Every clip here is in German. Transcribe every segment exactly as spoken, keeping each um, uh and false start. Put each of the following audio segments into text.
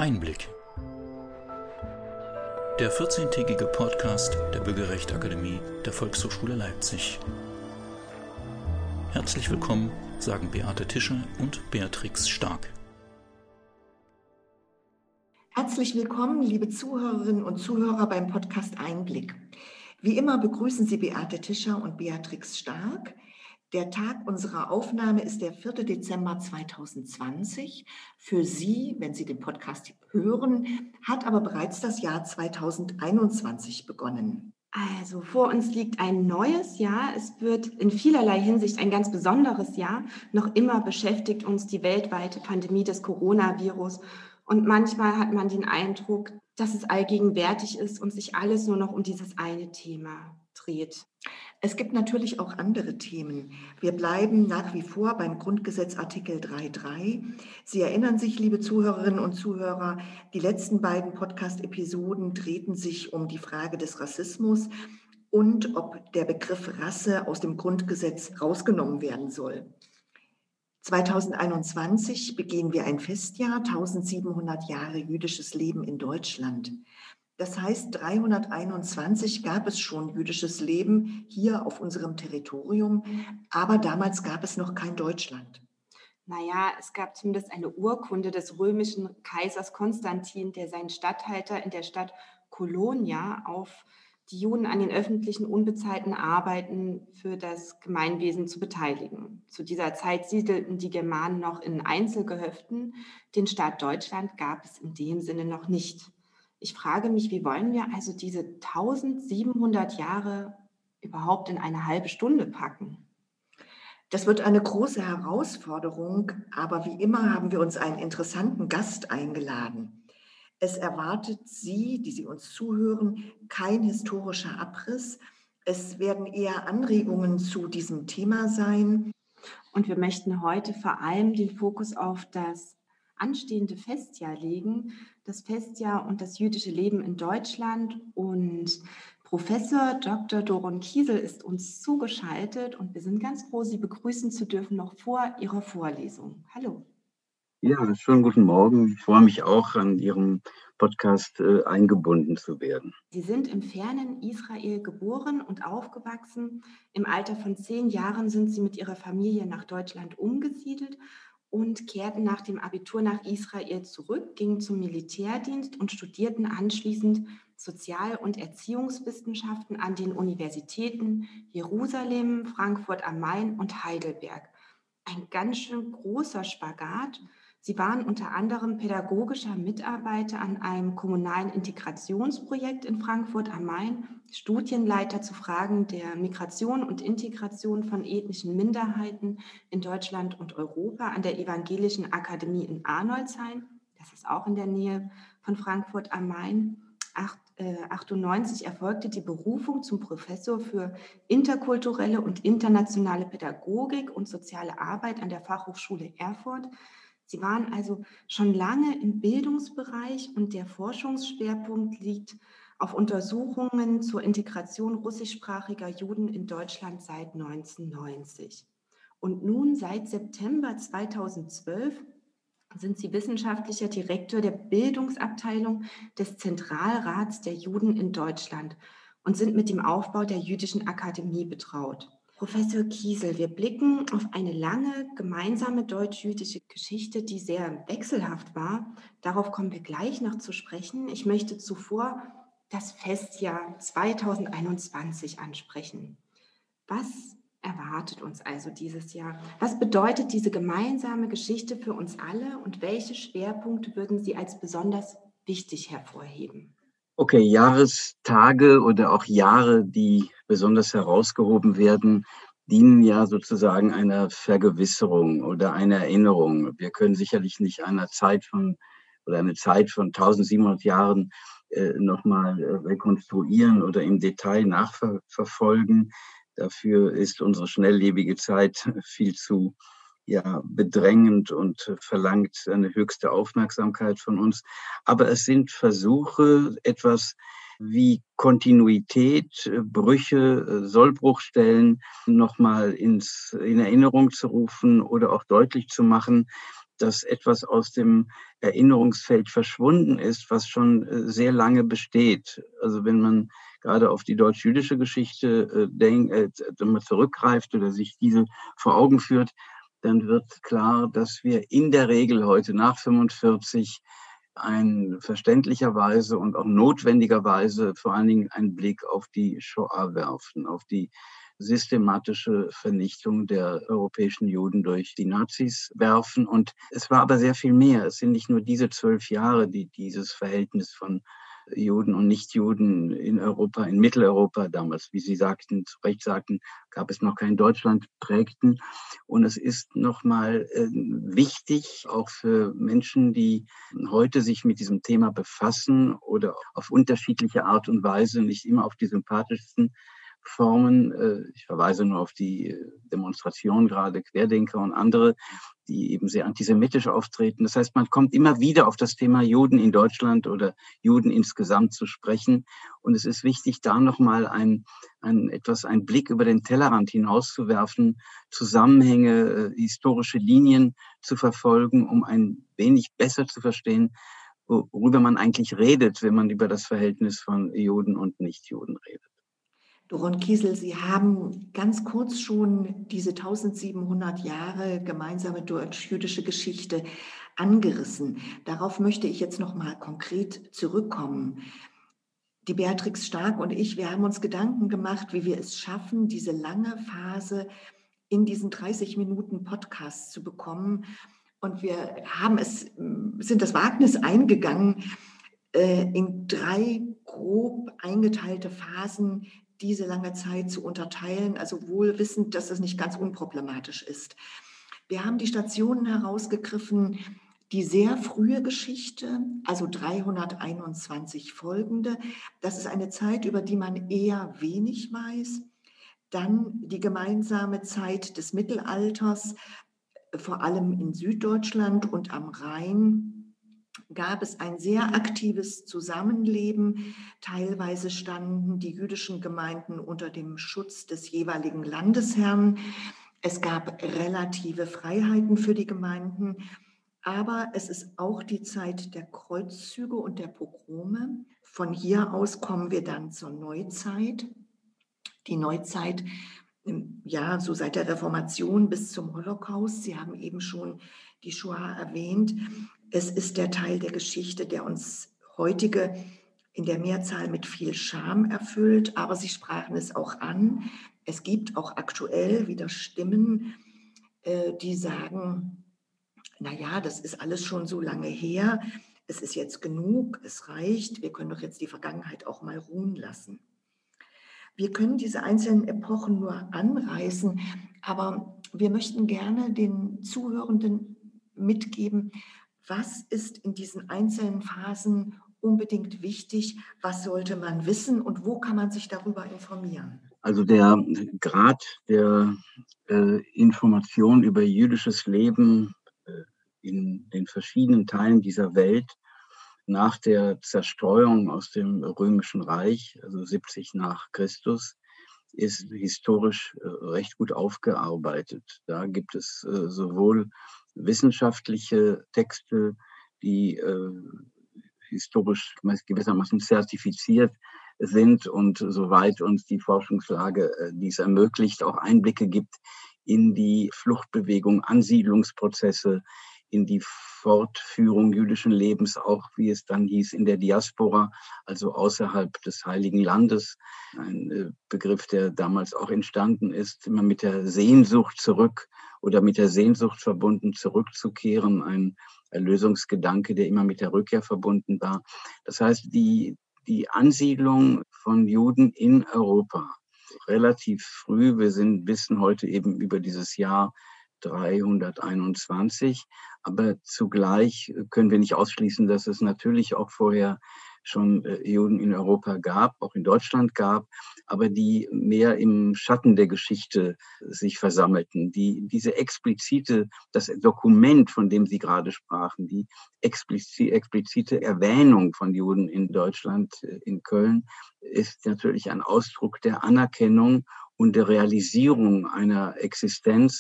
Einblick. Der vierzehntägige Podcast der Bürgerrechtsakademie der Volkshochschule Leipzig. Herzlich willkommen, sagen Beate Tischer und Beatrix Stark. Herzlich willkommen, liebe Zuhörerinnen und Zuhörer beim Podcast Einblick. Wie immer begrüßen Sie Beate Tischer und Beatrix Stark. Der Tag unserer Aufnahme ist der vierte Dezember zweitausendzwanzig. Für Sie, wenn Sie den Podcast hören, hat aber bereits das Jahr zweitausendeinundzwanzig begonnen. Also vor uns liegt ein neues Jahr. Es wird in vielerlei Hinsicht ein ganz besonderes Jahr. Noch immer beschäftigt uns die weltweite Pandemie des Coronavirus. Und manchmal hat man den Eindruck, dass es allgegenwärtig ist und sich alles nur noch um dieses eine Thema dreht. Es gibt natürlich auch andere Themen. Wir bleiben nach wie vor beim Grundgesetz Artikel drei Punkt drei. Sie erinnern sich, liebe Zuhörerinnen und Zuhörer, die letzten beiden Podcast-Episoden drehten sich um die Frage des Rassismus und ob der Begriff Rasse aus dem Grundgesetz rausgenommen werden soll. zweitausendeinundzwanzig begehen wir ein Festjahr, eintausendsiebenhundert Jahre jüdisches Leben in Deutschland. Das heißt, dreihunderteinundzwanzig gab es schon jüdisches Leben hier auf unserem Territorium, aber damals gab es noch kein Deutschland. Naja, es gab zumindest eine Urkunde des römischen Kaisers Konstantin, der seinen Statthalter in der Stadt Kolonia auf die Juden an den öffentlichen unbezahlten Arbeiten für das Gemeinwesen zu beteiligen. Zu dieser Zeit siedelten die Germanen noch in Einzelgehöften. Den Staat Deutschland gab es in dem Sinne noch nicht. Ich frage mich, wie wollen wir also diese eintausendsiebenhundert Jahre überhaupt in eine halbe Stunde packen? Das wird eine große Herausforderung, aber wie immer haben wir uns einen interessanten Gast eingeladen. Es erwartet Sie, die Sie uns zuhören, kein historischer Abriss. Es werden eher Anregungen zu diesem Thema sein. Und wir möchten heute vor allem den Fokus auf das anstehende Festjahr legen, das Festjahr und das jüdische Leben in Deutschland. Und Professor Doktor Doron Kiesel ist uns zugeschaltet und wir sind ganz froh, Sie begrüßen zu dürfen noch vor Ihrer Vorlesung. Hallo. Ja, schönen guten Morgen. Ich freue mich auch, an Ihrem Podcast äh, eingebunden zu werden. Sie sind im fernen Israel geboren und aufgewachsen. Im Alter von zehn Jahren sind Sie mit Ihrer Familie nach Deutschland umgesiedelt und kehrten nach dem Abitur nach Israel zurück, gingen zum Militärdienst und studierten anschließend Sozial- und Erziehungswissenschaften an den Universitäten Jerusalem, Frankfurt am Main und Heidelberg. Ein ganz schön großer Spagat. Sie waren unter anderem pädagogischer Mitarbeiter an einem kommunalen Integrationsprojekt in Frankfurt am Main, Studienleiter zu Fragen der Migration und Integration von ethnischen Minderheiten in Deutschland und Europa an der Evangelischen Akademie in Arnoldshain. Das ist auch in der Nähe von Frankfurt am Main. achtundneunzig erfolgte die Berufung zum Professor für interkulturelle und internationale Pädagogik und soziale Arbeit an der Fachhochschule Erfurt. Sie waren also schon lange im Bildungsbereich und der Forschungsschwerpunkt liegt auf Untersuchungen zur Integration russischsprachiger Juden in Deutschland seit neunzehnhundertneunzig. Und nun seit September zweitausendzwölf sind Sie wissenschaftlicher Direktor der Bildungsabteilung des Zentralrats der Juden in Deutschland und sind mit dem Aufbau der Jüdischen Akademie betraut. Professor Kiesel, wir blicken auf eine lange gemeinsame deutsch-jüdische Geschichte, die sehr wechselhaft war. Darauf kommen wir gleich noch zu sprechen. Ich möchte zuvor das Festjahr zweitausendeinundzwanzig ansprechen. Was erwartet uns also dieses Jahr? Was bedeutet diese gemeinsame Geschichte für uns alle und welche Schwerpunkte würden Sie als besonders wichtig hervorheben? Okay, Jahrestage oder auch Jahre, die besonders herausgehoben werden, dienen ja sozusagen einer Vergewisserung oder einer Erinnerung. Wir können sicherlich nicht einer Zeit von oder eine Zeit von eintausendsiebenhundert Jahren äh, nochmal äh, rekonstruieren oder im Detail nachverfolgen. Dafür ist unsere schnelllebige Zeit viel zu ja, bedrängend und verlangt eine höchste Aufmerksamkeit von uns. Aber es sind Versuche, etwas wie Kontinuität, Brüche, Sollbruchstellen nochmal ins, in Erinnerung zu rufen oder auch deutlich zu machen, dass etwas aus dem Erinnerungsfeld verschwunden ist, was schon sehr lange besteht. Also wenn man gerade auf die deutsch-jüdische Geschichte äh, denk, äh, zurückgreift oder sich diese vor Augen führt, dann wird klar, dass wir in der Regel heute nach fünfundvierzig ein verständlicherweise und auch notwendigerweise vor allen Dingen einen Blick auf die Shoah werfen, auf die systematische Vernichtung der europäischen Juden durch die Nazis werfen. Und es war aber sehr viel mehr. Es sind nicht nur diese zwölf Jahre, die dieses Verhältnis von Juden und Nichtjuden in Europa, in Mitteleuropa damals, wie Sie sagten, zu Recht sagten, gab es noch kein Deutschland, prägten. Und es ist nochmal äh, wichtig, auch für Menschen, die heute sich mit diesem Thema befassen oder auf unterschiedliche Art und Weise, nicht immer auf die sympathischsten Formen. Ich verweise nur auf die Demonstrationen, gerade Querdenker und andere, die eben sehr antisemitisch auftreten. Das heißt, man kommt immer wieder auf das Thema Juden in Deutschland oder Juden insgesamt zu sprechen. Und es ist wichtig, da nochmal ein, ein, etwas, einen Blick über den Tellerrand hinauszuwerfen, Zusammenhänge, historische Linien zu verfolgen, um ein wenig besser zu verstehen, worüber man eigentlich redet, wenn man über das Verhältnis von Juden und Nichtjuden redet. Doron Kiesel, Sie haben ganz kurz schon diese eintausendsiebenhundert Jahre gemeinsame deutsch-jüdische Geschichte angerissen. Darauf möchte ich jetzt noch mal konkret zurückkommen. Die Beatrix Stark und ich, wir haben uns Gedanken gemacht, wie wir es schaffen, diese lange Phase in diesen dreißig Minuten Podcast zu bekommen. Und wir haben es, sind das Wagnis eingegangen, in drei grob eingeteilte Phasen diese lange Zeit zu unterteilen, also wohl wissend, dass es nicht ganz unproblematisch ist. Wir haben die Stationen herausgegriffen, die sehr frühe Geschichte, also dreihunderteinundzwanzig folgende. Das ist eine Zeit, über die man eher wenig weiß. Dann die gemeinsame Zeit des Mittelalters, vor allem in Süddeutschland und am Rhein gab es ein sehr aktives Zusammenleben. Teilweise standen die jüdischen Gemeinden unter dem Schutz des jeweiligen Landesherrn. Es gab relative Freiheiten für die Gemeinden. Aber es ist auch die Zeit der Kreuzzüge und der Pogrome. Von hier aus kommen wir dann zur Neuzeit. Die Neuzeit, ja, so seit der Reformation bis zum Holocaust. Sie haben eben schon die Shoah erwähnt. Es ist der Teil der Geschichte, der uns heutige in der Mehrzahl mit viel Scham erfüllt. Aber Sie sprachen es auch an. Es gibt auch aktuell wieder Stimmen, die sagen, naja, das ist alles schon so lange her. Es ist jetzt genug, es reicht. Wir können doch jetzt die Vergangenheit auch mal ruhen lassen. Wir können diese einzelnen Epochen nur anreißen, aber wir möchten gerne den Zuhörenden mitgeben, was ist in diesen einzelnen Phasen unbedingt wichtig, was sollte man wissen und wo kann man sich darüber informieren? Also der Grad der äh, Information über jüdisches Leben äh, in den verschiedenen Teilen dieser Welt nach der Zerstreuung aus dem Römischen Reich, also siebzig nach Christus, ist historisch äh, recht gut aufgearbeitet. Da gibt es äh, sowohl wissenschaftliche Texte, die äh, historisch gewissermaßen zertifiziert sind und soweit uns die Forschungslage äh, dies ermöglicht, auch Einblicke gibt in die Fluchtbewegung, Ansiedlungsprozesse, in die Fortführung jüdischen Lebens, auch wie es dann hieß in der Diaspora, also außerhalb des Heiligen Landes. Ein äh, Begriff, der damals auch entstanden ist, immer mit der Sehnsucht zurück oder mit der Sehnsucht verbunden zurückzukehren, ein Erlösungsgedanke, der immer mit der Rückkehr verbunden war. Das heißt, die, die Ansiedlung von Juden in Europa, relativ früh, wir sind, wissen heute eben über dieses Jahr dreihunderteinundzwanzig, aber zugleich können wir nicht ausschließen, dass es natürlich auch vorher schon Juden in Europa gab, auch in Deutschland gab, aber die mehr im Schatten der Geschichte sich versammelten. Die, diese explizite, das Dokument, von dem Sie gerade sprachen, die explizite, explizite Erwähnung von Juden in Deutschland, in Köln, ist natürlich ein Ausdruck der Anerkennung und der Realisierung einer Existenz,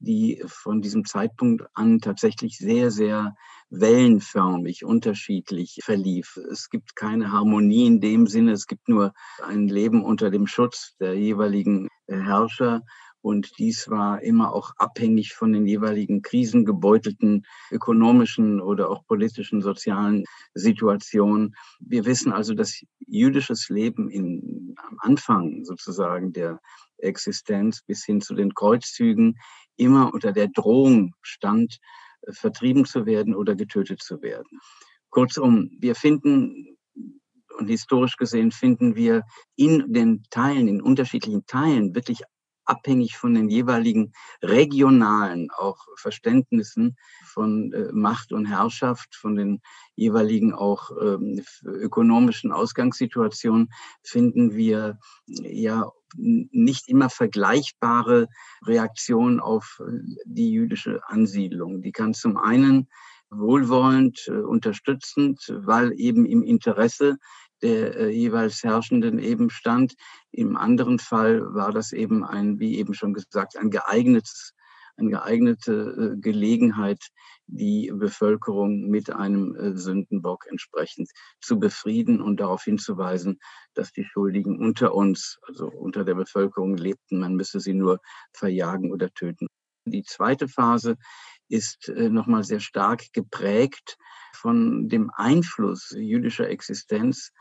die von diesem Zeitpunkt an tatsächlich sehr, sehr wellenförmig, unterschiedlich verlief. Es gibt keine Harmonie in dem Sinne, es gibt nur ein Leben unter dem Schutz der jeweiligen Herrscher. Und dies war immer auch abhängig von den jeweiligen krisengebeutelten ökonomischen oder auch politischen, sozialen Situationen. Wir wissen also, dass jüdisches Leben in, am Anfang sozusagen der Existenz bis hin zu den Kreuzzügen immer unter der Drohung stand, vertrieben zu werden oder getötet zu werden. Kurzum, wir finden, und historisch gesehen finden wir in den Teilen, in unterschiedlichen Teilen wirklich abhängig von den jeweiligen regionalen auch Verständnissen von äh, Macht und Herrschaft, von den jeweiligen auch ähm, ökonomischen Ausgangssituationen, finden wir ja nicht immer vergleichbare Reaktionen auf die jüdische Ansiedlung. Die kann zum einen wohlwollend, äh, unterstützend, weil eben im Interesse der äh, jeweils Herrschenden eben stand. Im anderen Fall war das eben ein, wie eben schon gesagt, ein geeignetes, eine geeignete äh, Gelegenheit, die Bevölkerung mit einem äh, Sündenbock entsprechend zu befrieden und darauf hinzuweisen, dass die Schuldigen unter uns, also unter der Bevölkerung lebten. Man müsse sie nur verjagen oder töten. Die zweite Phase ist äh, nochmal sehr stark geprägt von dem Einfluss jüdischer Existenz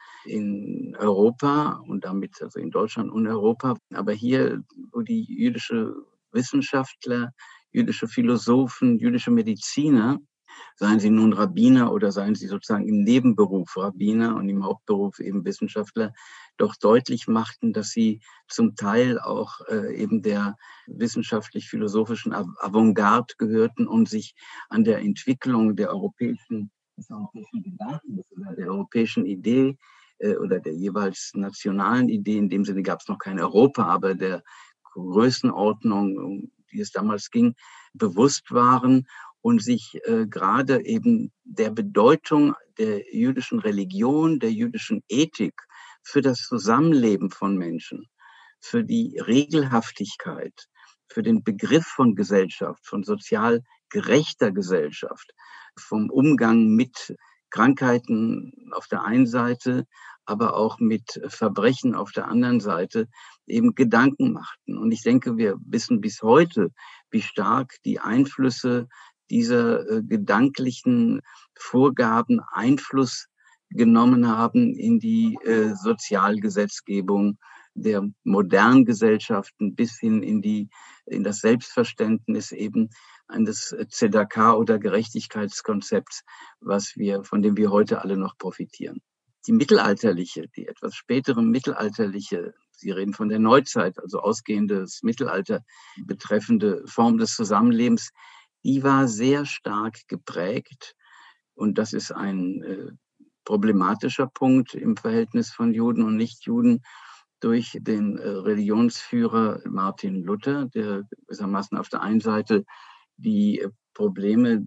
in Europa und damit also in Deutschland und Europa. Aber hier, wo die jüdische Wissenschaftler, jüdische Philosophen, jüdische Mediziner, seien sie nun Rabbiner oder seien sie sozusagen im Nebenberuf Rabbiner und im Hauptberuf eben Wissenschaftler, doch deutlich machten, dass sie zum Teil auch äh, eben der wissenschaftlich-philosophischen Avantgarde gehörten und sich an der Entwicklung der europäischen, des europäischen Gedankens oder der europäischen Idee äh, oder der jeweils nationalen Idee, in dem Sinne gab es noch kein Europa, aber der Größenordnung, um die es damals ging, bewusst waren und sich äh, gerade eben der Bedeutung der jüdischen Religion, der jüdischen Ethik für das Zusammenleben von Menschen, für die Regelhaftigkeit, für den Begriff von Gesellschaft, von sozial gerechter Gesellschaft, vom Umgang mit Krankheiten auf der einen Seite, aber auch mit Verbrechen auf der anderen Seite eben Gedanken machten. Und ich denke, wir wissen bis heute, wie stark die Einflüsse dieser äh, gedanklichen Vorgaben Einfluss genommen haben in die äh, Sozialgesetzgebung der modernen Gesellschaften bis hin in die in das Selbstverständnis eben eines Tzedakah oder Gerechtigkeitskonzepts, was wir von dem wir heute alle noch profitieren. Die mittelalterliche, die etwas spätere mittelalterliche, Sie reden von der Neuzeit, also ausgehendes Mittelalter betreffende Form des Zusammenlebens, die war sehr stark geprägt. Und das ist ein äh, problematischer Punkt im Verhältnis von Juden und Nichtjuden durch den äh, Religionsführer Martin Luther, der gewissermaßen auf der einen Seite die äh, Probleme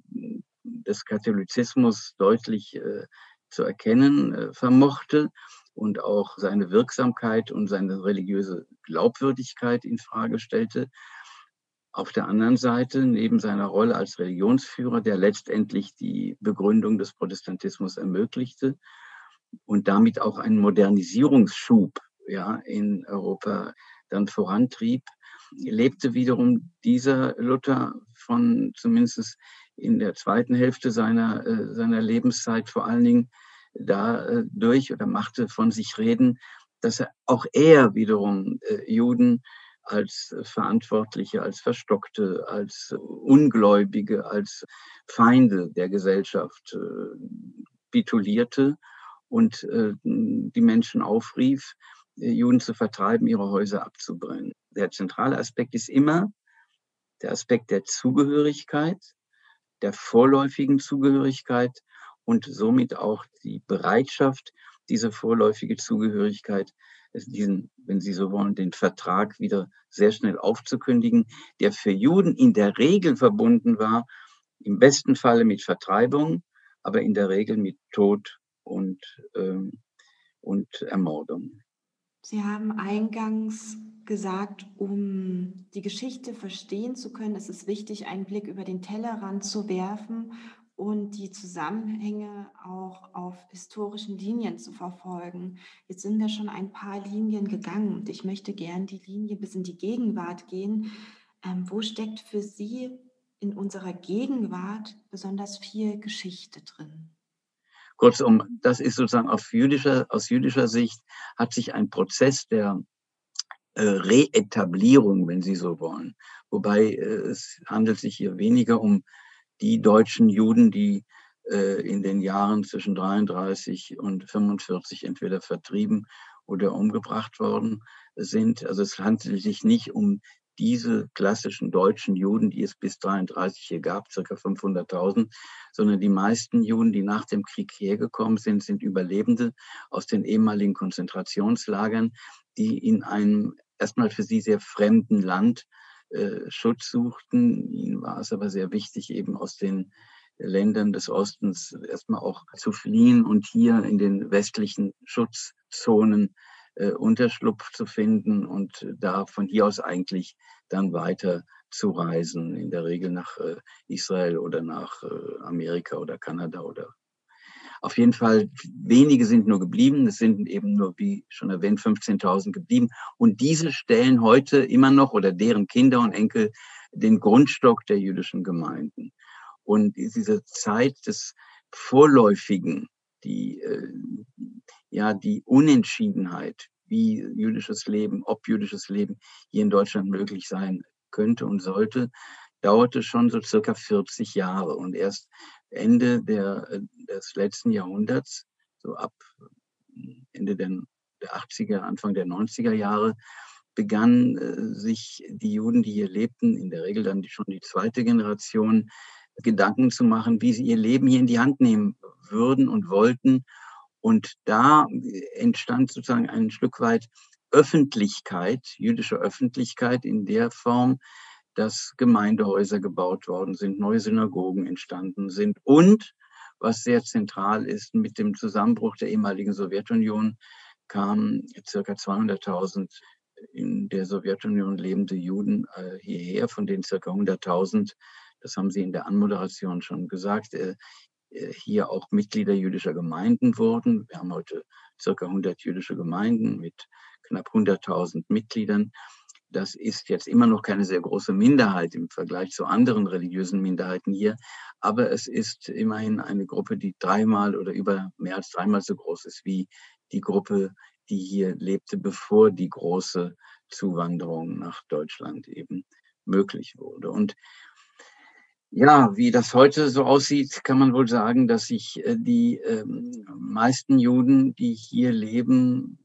des Katholizismus deutlich äh, zu erkennen äh, vermochte und auch seine Wirksamkeit und seine religiöse Glaubwürdigkeit in Frage stellte. Auf der anderen Seite, neben seiner Rolle als Religionsführer, der letztendlich die Begründung des Protestantismus ermöglichte und damit auch einen Modernisierungsschub ja, in Europa dann vorantrieb, lebte wiederum dieser Luther von zumindest in der zweiten Hälfte seiner, äh, seiner Lebenszeit vor allen Dingen dadurch oder machte von sich reden, dass er auch er wiederum äh, Juden als Verantwortliche, als Verstockte, als Ungläubige, als Feinde der Gesellschaft äh, titulierte und äh, die Menschen aufrief, Juden zu vertreiben, ihre Häuser abzubrennen. Der zentrale Aspekt ist immer der Aspekt der Zugehörigkeit, der vorläufigen Zugehörigkeit und somit auch die Bereitschaft, diese vorläufige Zugehörigkeit, diesen, wenn Sie so wollen, den Vertrag wieder sehr schnell aufzukündigen, der für Juden in der Regel verbunden war, im besten Falle mit Vertreibung, aber in der Regel mit Tod und, ähm, und Ermordung. Sie haben eingangs gesagt, um die Geschichte verstehen zu können, ist es wichtig, einen Blick über den Tellerrand zu werfen und die Zusammenhänge auch auf historischen Linien zu verfolgen. Jetzt sind wir schon ein paar Linien gegangen und ich möchte gern die Linie bis in die Gegenwart gehen. Ähm, wo steckt für Sie in unserer Gegenwart besonders viel Geschichte drin? Kurzum, das ist sozusagen auf jüdischer, aus jüdischer Sicht hat sich ein Prozess der äh, Reetablierung, wenn Sie so wollen, wobei äh, es handelt sich hier weniger um die deutschen Juden, die äh, in den Jahren zwischen dreiunddreißig und fünfundvierzig entweder vertrieben oder umgebracht worden sind. Also es handelt sich nicht um diese klassischen deutschen Juden, die es bis dreiunddreißig hier gab, circa fünfhunderttausend, sondern die meisten Juden, die nach dem Krieg hergekommen sind, sind Überlebende aus den ehemaligen Konzentrationslagern, die in einem erstmal für sie sehr fremden Land äh, Schutz suchten. Ihnen war es aber sehr wichtig, eben aus den Ländern des Ostens erstmal auch zu fliehen und hier in den westlichen Schutzzonen äh, Unterschlupf zu finden und da von hier aus eigentlich dann weiter zu reisen, in der Regel nach äh, Israel oder nach äh, Amerika oder Kanada oder auf jeden Fall, wenige sind nur geblieben. Es sind eben nur, wie schon erwähnt, fünfzehntausend geblieben. Und diese stellen heute immer noch oder deren Kinder und Enkel den Grundstock der jüdischen Gemeinden. Und diese Zeit des Vorläufigen, die, äh, ja, die Unentschiedenheit, wie jüdisches Leben, ob jüdisches Leben hier in Deutschland möglich sein könnte und sollte, dauerte schon so circa vierzig Jahre. Und erst Ende der, des letzten Jahrhunderts, so ab Ende der, der achtziger, Anfang der neunziger Jahre, begannen äh, sich die Juden, die hier lebten, in der Regel dann die, schon die zweite Generation, Gedanken zu machen, wie sie ihr Leben hier in die Hand nehmen würden und wollten. Und da entstand sozusagen ein Stück weit Öffentlichkeit, jüdische Öffentlichkeit in der Form, dass Gemeindehäuser gebaut worden sind, neue Synagogen entstanden sind und, was sehr zentral ist, mit dem Zusammenbruch der ehemaligen Sowjetunion kamen circa zweihunderttausend in der Sowjetunion lebende Juden äh, hierher, von denen circa hunderttausend, das haben Sie in der Anmoderation schon gesagt, äh, hier auch Mitglieder jüdischer Gemeinden wurden. Wir haben heute circa hundert jüdische Gemeinden mit knapp hunderttausend Mitgliedern. Das ist jetzt immer noch keine sehr große Minderheit im Vergleich zu anderen religiösen Minderheiten hier, aber es ist immerhin eine Gruppe, die dreimal oder über mehr als dreimal so groß ist wie die Gruppe, die hier lebte, bevor die große Zuwanderung nach Deutschland eben möglich wurde. Und ja, wie das heute so aussieht, kann man wohl sagen, dass sich die ähm, meisten Juden, die hier leben,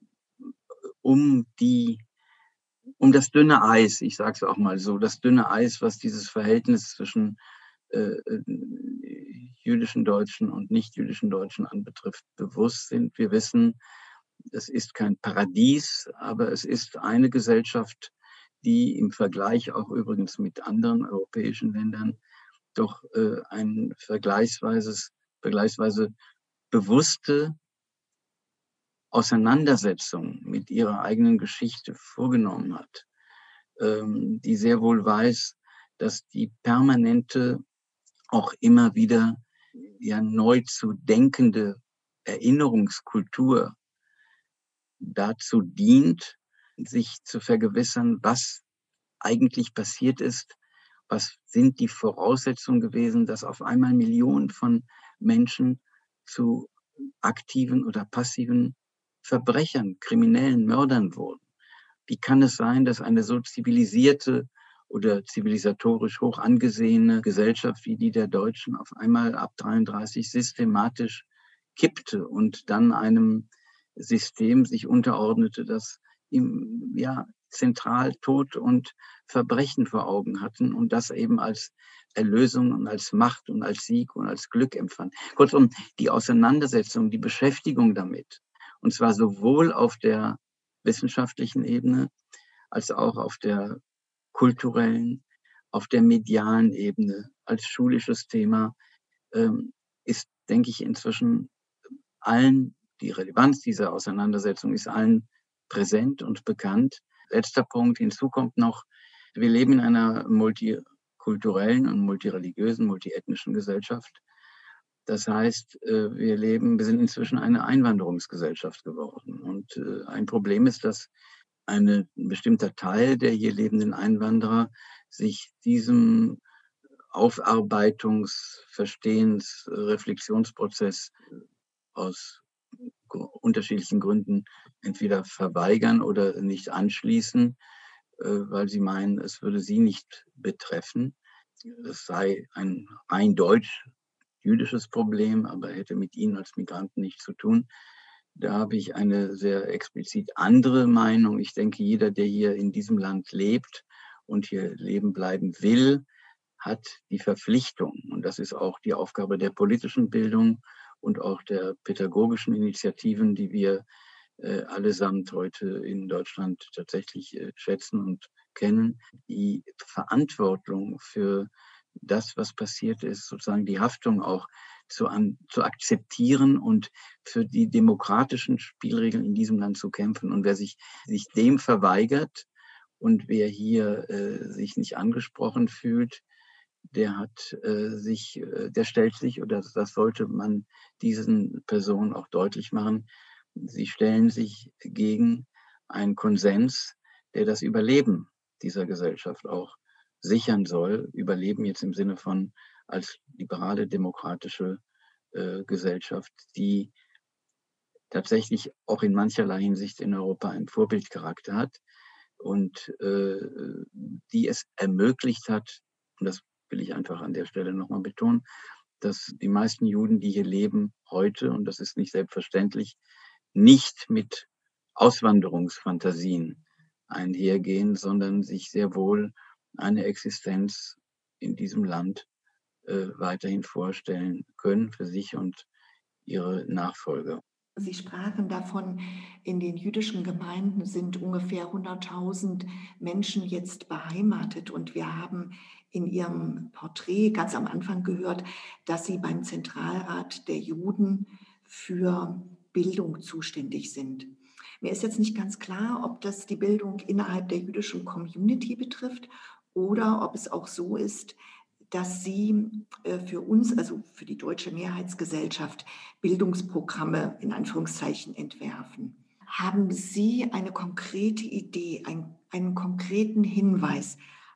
um die um das dünne Eis, ich sage es auch mal so, das dünne Eis, was dieses Verhältnis zwischen äh, jüdischen Deutschen und nicht-jüdischen Deutschen anbetrifft, bewusst sind. Wir wissen, es ist kein Paradies, aber es ist eine Gesellschaft, die im Vergleich auch übrigens mit anderen europäischen Ländern doch äh, ein vergleichsweise, vergleichsweise bewusste Auseinandersetzung mit ihrer eigenen Geschichte vorgenommen hat, ähm, die sehr wohl weiß, dass die permanente, auch immer wieder ja neu zu denkende Erinnerungskultur dazu dient, sich zu vergewissern, was eigentlich passiert ist, was sind die Voraussetzungen gewesen, dass auf einmal Millionen von Menschen zu aktiven oder passiven Verbrechern, Kriminellen, Mördern wurden. Wie kann es sein, dass eine so zivilisierte oder zivilisatorisch hoch angesehene Gesellschaft wie die der Deutschen auf einmal ab dreiunddreißig systematisch kippte und dann einem System sich unterordnete, das ihm ja zentral Tod und Verbrechen vor Augen hatten und das eben als Erlösung und als Macht und als Sieg und als Glück empfand. Kurzum, die Auseinandersetzung, die Beschäftigung damit, und zwar sowohl auf der wissenschaftlichen Ebene als auch auf der kulturellen, auf der medialen Ebene als schulisches Thema, ähm, ist, denke ich, inzwischen allen, die Relevanz dieser Auseinandersetzung ist allen präsent und bekannt. Letzter Punkt, hinzu kommt noch, wir leben in einer multikulturellen und multireligiösen, multiethnischen Gesellschaft. Das heißt, wir leben, wir sind inzwischen eine Einwanderungsgesellschaft geworden. Und ein Problem ist, dass ein bestimmter Teil der hier lebenden Einwanderer sich diesem Aufarbeitungs-, Verstehens-, Reflexionsprozess aus unterschiedlichen Gründen entweder verweigern oder nicht anschließen, weil sie meinen, es würde sie nicht betreffen. Es sei ein rein deutsch-jüdisches Problem, aber hätte mit ihnen als Migranten nichts zu tun. Da habe ich eine sehr explizit andere Meinung. Ich denke, jeder, der hier in diesem Land lebt und hier leben bleiben will, hat die Verpflichtung, und das ist auch die Aufgabe der politischen Bildung und auch der pädagogischen Initiativen, die wir äh, allesamt heute in Deutschland tatsächlich äh, schätzen und kennen, die Verantwortung für das, was passiert ist, sozusagen die Haftung auch zu, an, zu akzeptieren und für die demokratischen Spielregeln in diesem Land zu kämpfen. Und wer sich, sich dem verweigert und wer hier äh, sich nicht angesprochen fühlt, der hat äh, sich, äh, der stellt sich, oder das sollte man diesen Personen auch deutlich machen, sie stellen sich gegen einen Konsens, der das Überleben dieser Gesellschaft auch sichern soll. Überleben jetzt im Sinne von als liberale, demokratische äh, Gesellschaft, die tatsächlich auch in mancherlei Hinsicht in Europa einen Vorbildcharakter hat und äh, die es ermöglicht hat, und das will ich einfach an der Stelle nochmal betonen, dass die meisten Juden, die hier leben, heute, und das ist nicht selbstverständlich, nicht mit Auswanderungsfantasien einhergehen, sondern sich sehr wohl eine Existenz in diesem Land äh, weiterhin vorstellen können für sich und ihre Nachfolger. Sie sprachen davon, in den jüdischen Gemeinden sind ungefähr hunderttausend Menschen jetzt beheimatet. Und wir haben in Ihrem Porträt ganz am Anfang gehört, dass Sie beim Zentralrat der Juden für Bildung zuständig sind. Mir ist jetzt nicht ganz klar, ob das die Bildung innerhalb der jüdischen Community betrifft oder ob es auch so ist, dass Sie für uns, also für die deutsche Mehrheitsgesellschaft, Bildungsprogramme in Anführungszeichen entwerfen. Haben Sie eine konkrete Idee, einen, einen konkreten Hinweis,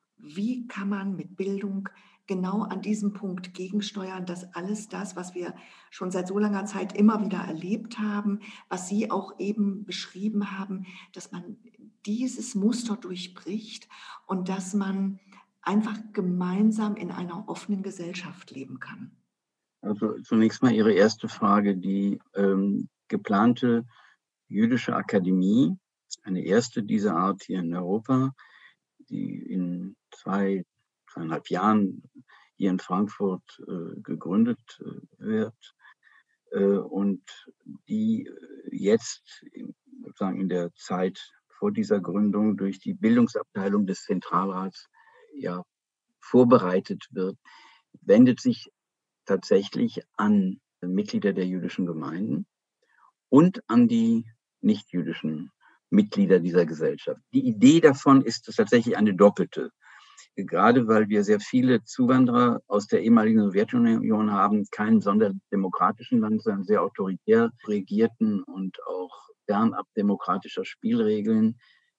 wie kann man mit Bildung genau an diesem Punkt gegensteuern, dass alles das, was wir schon seit so langer Zeit immer wieder erlebt haben, was Sie auch eben beschrieben haben, dass man dieses Muster durchbricht und dass man einfach gemeinsam in einer offenen Gesellschaft leben kann? Also zunächst mal Ihre erste Frage. Die ähm, geplante jüdische Akademie, eine erste dieser Art hier in Europa, die in zwei, zweieinhalb Jahren hier in Frankfurt äh, gegründet äh, wird äh, und die jetzt sozusagen in der Zeit vor dieser Gründung durch die Bildungsabteilung des Zentralrats ja vorbereitet wird, wendet sich tatsächlich an Mitglieder der jüdischen Gemeinden und an die nichtjüdischen Mitglieder dieser Gesellschaft. Die Idee davon ist tatsächlich eine doppelte. Gerade weil wir sehr viele Zuwanderer aus der ehemaligen Sowjetunion haben, keinen sonderlich demokratischen Land, sondern sehr autoritär regierten und auch fernab demokratischer Spielregeln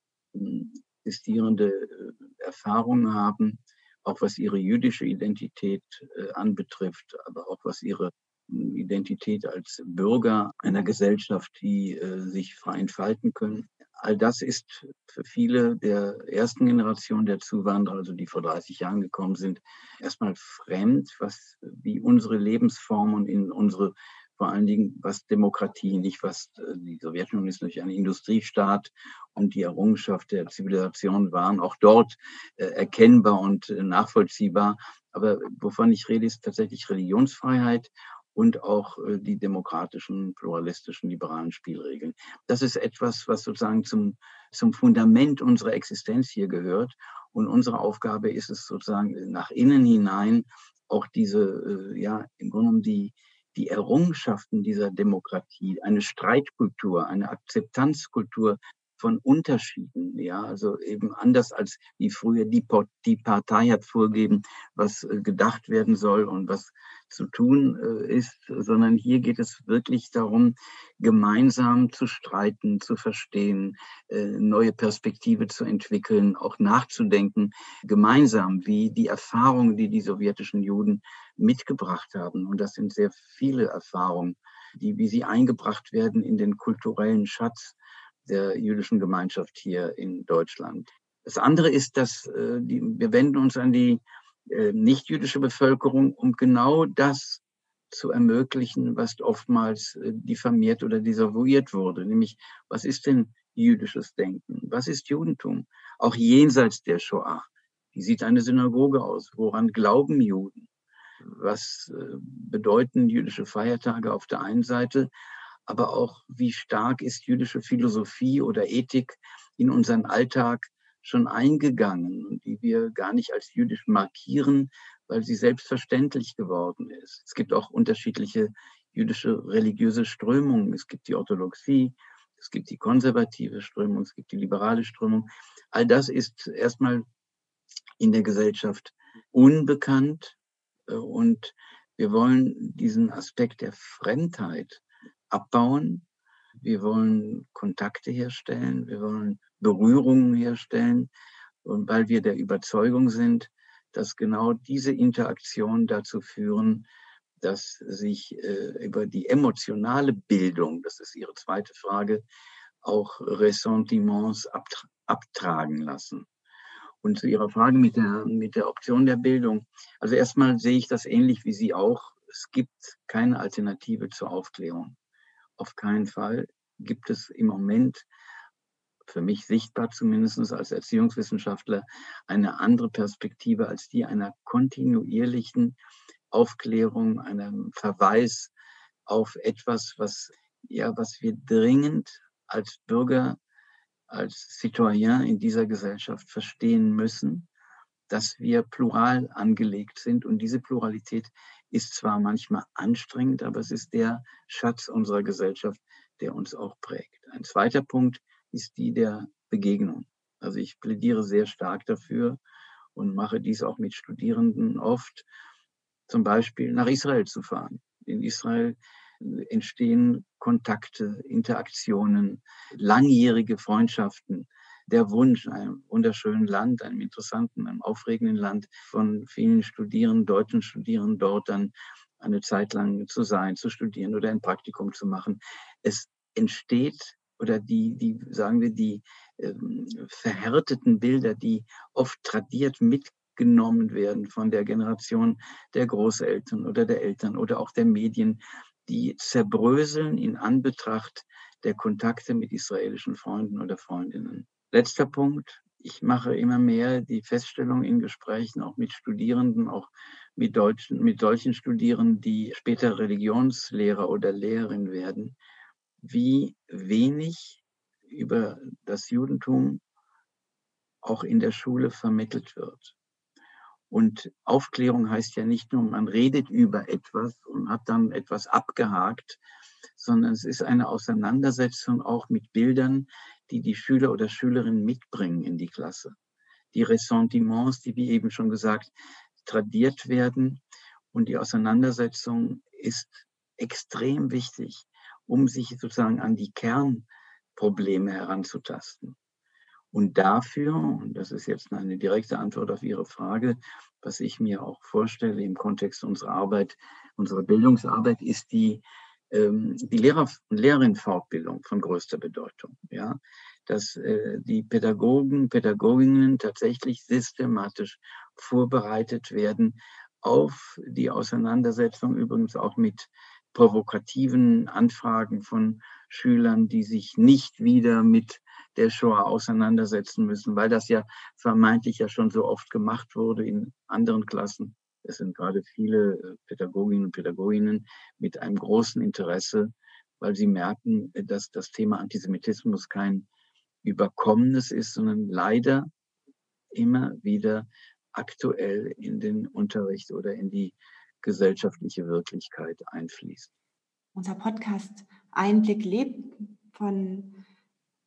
existierende Erfahrungen haben, auch was ihre jüdische Identität äh, anbetrifft, aber auch was ihre Identität als Bürger einer Gesellschaft, die äh, sich frei entfalten können. All das ist für viele der ersten Generation der Zuwanderer, also die vor dreißig Jahren gekommen sind, erstmal fremd, was wie unsere Lebensform und in unsere, vor allen Dingen was Demokratie, nicht was die Sowjetunion ist, durch einen Industriestaat und die Errungenschaft der Zivilisation waren auch dort äh, erkennbar und äh, nachvollziehbar. Aber wovon ich rede, ist tatsächlich Religionsfreiheit und auch äh, die demokratischen, pluralistischen, liberalen Spielregeln. Das ist etwas, was sozusagen zum, zum Fundament unserer Existenz hier gehört. Und unsere Aufgabe ist es sozusagen nach innen hinein auch diese, äh, ja, im Grunde genommen die, die Errungenschaften dieser Demokratie, eine Streitkultur, eine Akzeptanzkultur von Unterschieden, ja, also eben anders als wie früher die, die Partei hat vorgegeben, was äh, gedacht werden soll und was zu tun äh, ist, sondern hier geht es wirklich darum, gemeinsam zu streiten, zu verstehen, äh, neue Perspektive zu entwickeln, auch nachzudenken, gemeinsam, wie die Erfahrungen, die die sowjetischen Juden mitgebracht haben. Und das sind sehr viele Erfahrungen, die, wie sie eingebracht werden in den kulturellen Schatz der jüdischen Gemeinschaft hier in Deutschland. Das andere ist, dass äh, die, wir wenden uns an die äh, nichtjüdische Bevölkerung, um genau das zu ermöglichen, was oftmals äh, diffamiert oder desavouiert wurde, nämlich was ist denn jüdisches Denken? Was ist Judentum? Auch jenseits der Shoah. Wie sieht eine Synagoge aus? Woran glauben Juden? Was äh, bedeuten jüdische Feiertage auf der einen Seite? Aber auch, wie stark ist jüdische Philosophie oder Ethik in unseren Alltag schon eingegangen und die wir gar nicht als jüdisch markieren, weil sie selbstverständlich geworden ist. Es gibt auch unterschiedliche jüdische religiöse Strömungen. Es gibt die Orthodoxie, es gibt die konservative Strömung, es gibt die liberale Strömung. All das ist erstmal in der Gesellschaft unbekannt und wir wollen diesen Aspekt der Fremdheit abbauen. Wir wollen Kontakte herstellen, wir wollen Berührungen herstellen, und weil wir der Überzeugung sind, dass genau diese Interaktion dazu führen, dass sich äh, über die emotionale Bildung, das ist Ihre zweite Frage, auch Ressentiments abtra- abtragen lassen. Und zu Ihrer Frage mit der, mit der Option der Bildung. Also erstmal sehe ich das ähnlich wie Sie auch. Es gibt keine Alternative zur Aufklärung. Auf keinen Fall gibt es im Moment, für mich sichtbar zumindest als Erziehungswissenschaftler, eine andere Perspektive als die einer kontinuierlichen Aufklärung, einem Verweis auf etwas, was, ja, was wir dringend als Bürger, als Citoyen in dieser Gesellschaft verstehen müssen, dass wir plural angelegt sind. Und diese Pluralität ist zwar manchmal anstrengend, aber es ist der Schatz unserer Gesellschaft, der uns auch prägt. Ein zweiter Punkt ist die der Begegnung. Also ich plädiere sehr stark dafür und mache dies auch mit Studierenden oft, zum Beispiel nach Israel zu fahren. In Israel entstehen Kontakte, Interaktionen, langjährige Freundschaften. Der Wunsch, einem wunderschönen Land, einem interessanten, einem aufregenden Land von vielen Studierenden, deutschen Studierenden dort dann eine Zeit lang zu sein, zu studieren oder ein Praktikum zu machen. Es entsteht oder die, die sagen wir, die ähm, verhärteten Bilder, die oft tradiert mitgenommen werden von der Generation der Großeltern oder der Eltern oder auch der Medien, die zerbröseln in Anbetracht der Kontakte mit israelischen Freunden oder Freundinnen. Letzter Punkt. Ich mache immer mehr die Feststellung in Gesprächen, auch mit Studierenden, auch mit, Deutschen, mit solchen Studierenden, die später Religionslehrer oder Lehrerin werden, wie wenig über das Judentum auch in der Schule vermittelt wird. Und Aufklärung heißt ja nicht nur, man redet über etwas und hat dann etwas abgehakt, sondern es ist eine Auseinandersetzung auch mit Bildern, die die Schüler oder Schülerinnen mitbringen in die Klasse. Die Ressentiments, die, wie eben schon gesagt, tradiert werden. Und die Auseinandersetzung ist extrem wichtig, um sich sozusagen an die Kernprobleme heranzutasten. Und dafür, und das ist jetzt eine direkte Antwort auf Ihre Frage, was ich mir auch vorstelle im Kontext unserer Arbeit, unserer Bildungsarbeit, ist die, ähm, die Lehrer- und Lehrerinnenfortbildung von größter Bedeutung. Ja? Dass äh, die Pädagogen, Pädagoginnen tatsächlich systematisch vorbereitet werden auf die Auseinandersetzung, übrigens auch mit provokativen Anfragen von Schülern, die sich nicht wieder mit der Shoah auseinandersetzen müssen, weil das ja vermeintlich ja schon so oft gemacht wurde in anderen Klassen. Es sind gerade viele Pädagoginnen und Pädagoginnen mit einem großen Interesse, weil sie merken, dass das Thema Antisemitismus kein Überkommenes ist, sondern leider immer wieder aktuell in den Unterricht oder in die gesellschaftliche Wirklichkeit einfließt. Unser Podcast Einblick lebt von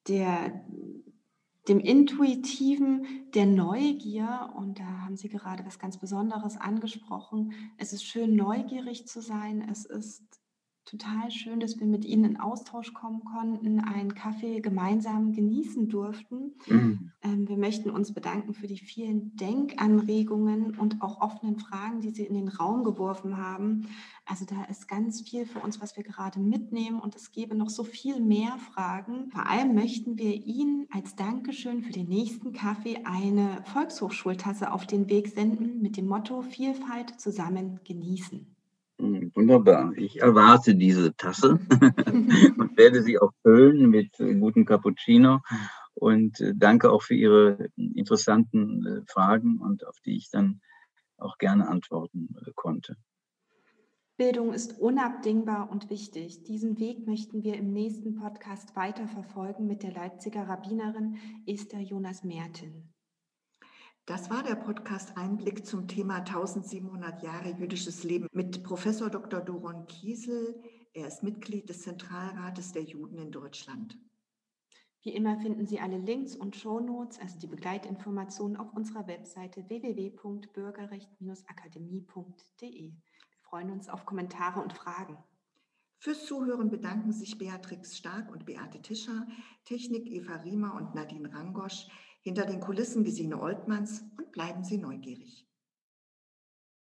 der, dem Intuitiven, der Neugier. Und da haben Sie gerade was ganz Besonderes angesprochen. Es ist schön, neugierig zu sein. Es ist total schön, dass wir mit Ihnen in Austausch kommen konnten, einen Kaffee gemeinsam genießen durften. Mhm. Ähm, wir möchten uns bedanken für die vielen Denkanregungen und auch offenen Fragen, die Sie in den Raum geworfen haben. Also da ist ganz viel für uns, was wir gerade mitnehmen, und es gäbe noch so viel mehr Fragen. Vor allem möchten wir Ihnen als Dankeschön für den nächsten Kaffee eine Volkshochschultasse auf den Weg senden mit dem Motto Vielfalt zusammen genießen. Mhm, wunderbar. Ich erwarte diese Tasse und werde sie auch füllen mit äh, gutem Cappuccino und äh, danke auch für Ihre interessanten äh, Fragen und auf die ich dann auch gerne antworten äh, konnte. Bildung ist unabdingbar und wichtig. Diesen Weg möchten wir im nächsten Podcast weiterverfolgen mit der Leipziger Rabbinerin Esther Jonas-Merten. Das war der Podcast Einblick zum Thema eintausendsiebenhundert Jahre jüdisches Leben mit Professor Doktor Doron Kiesel. Er ist Mitglied des Zentralrates der Juden in Deutschland. Wie immer finden Sie alle Links und Shownotes, also die Begleitinformationen, auf unserer Webseite w w w punkt bürgerrecht akademie punkt d e. Wir freuen uns auf Kommentare und Fragen. Fürs Zuhören bedanken sich Beatrix Stark und Beate Tischer, Technik Eva Riemer und Nadine Rangosch, hinter den Kulissen Gesine Oltmanns, und bleiben Sie neugierig.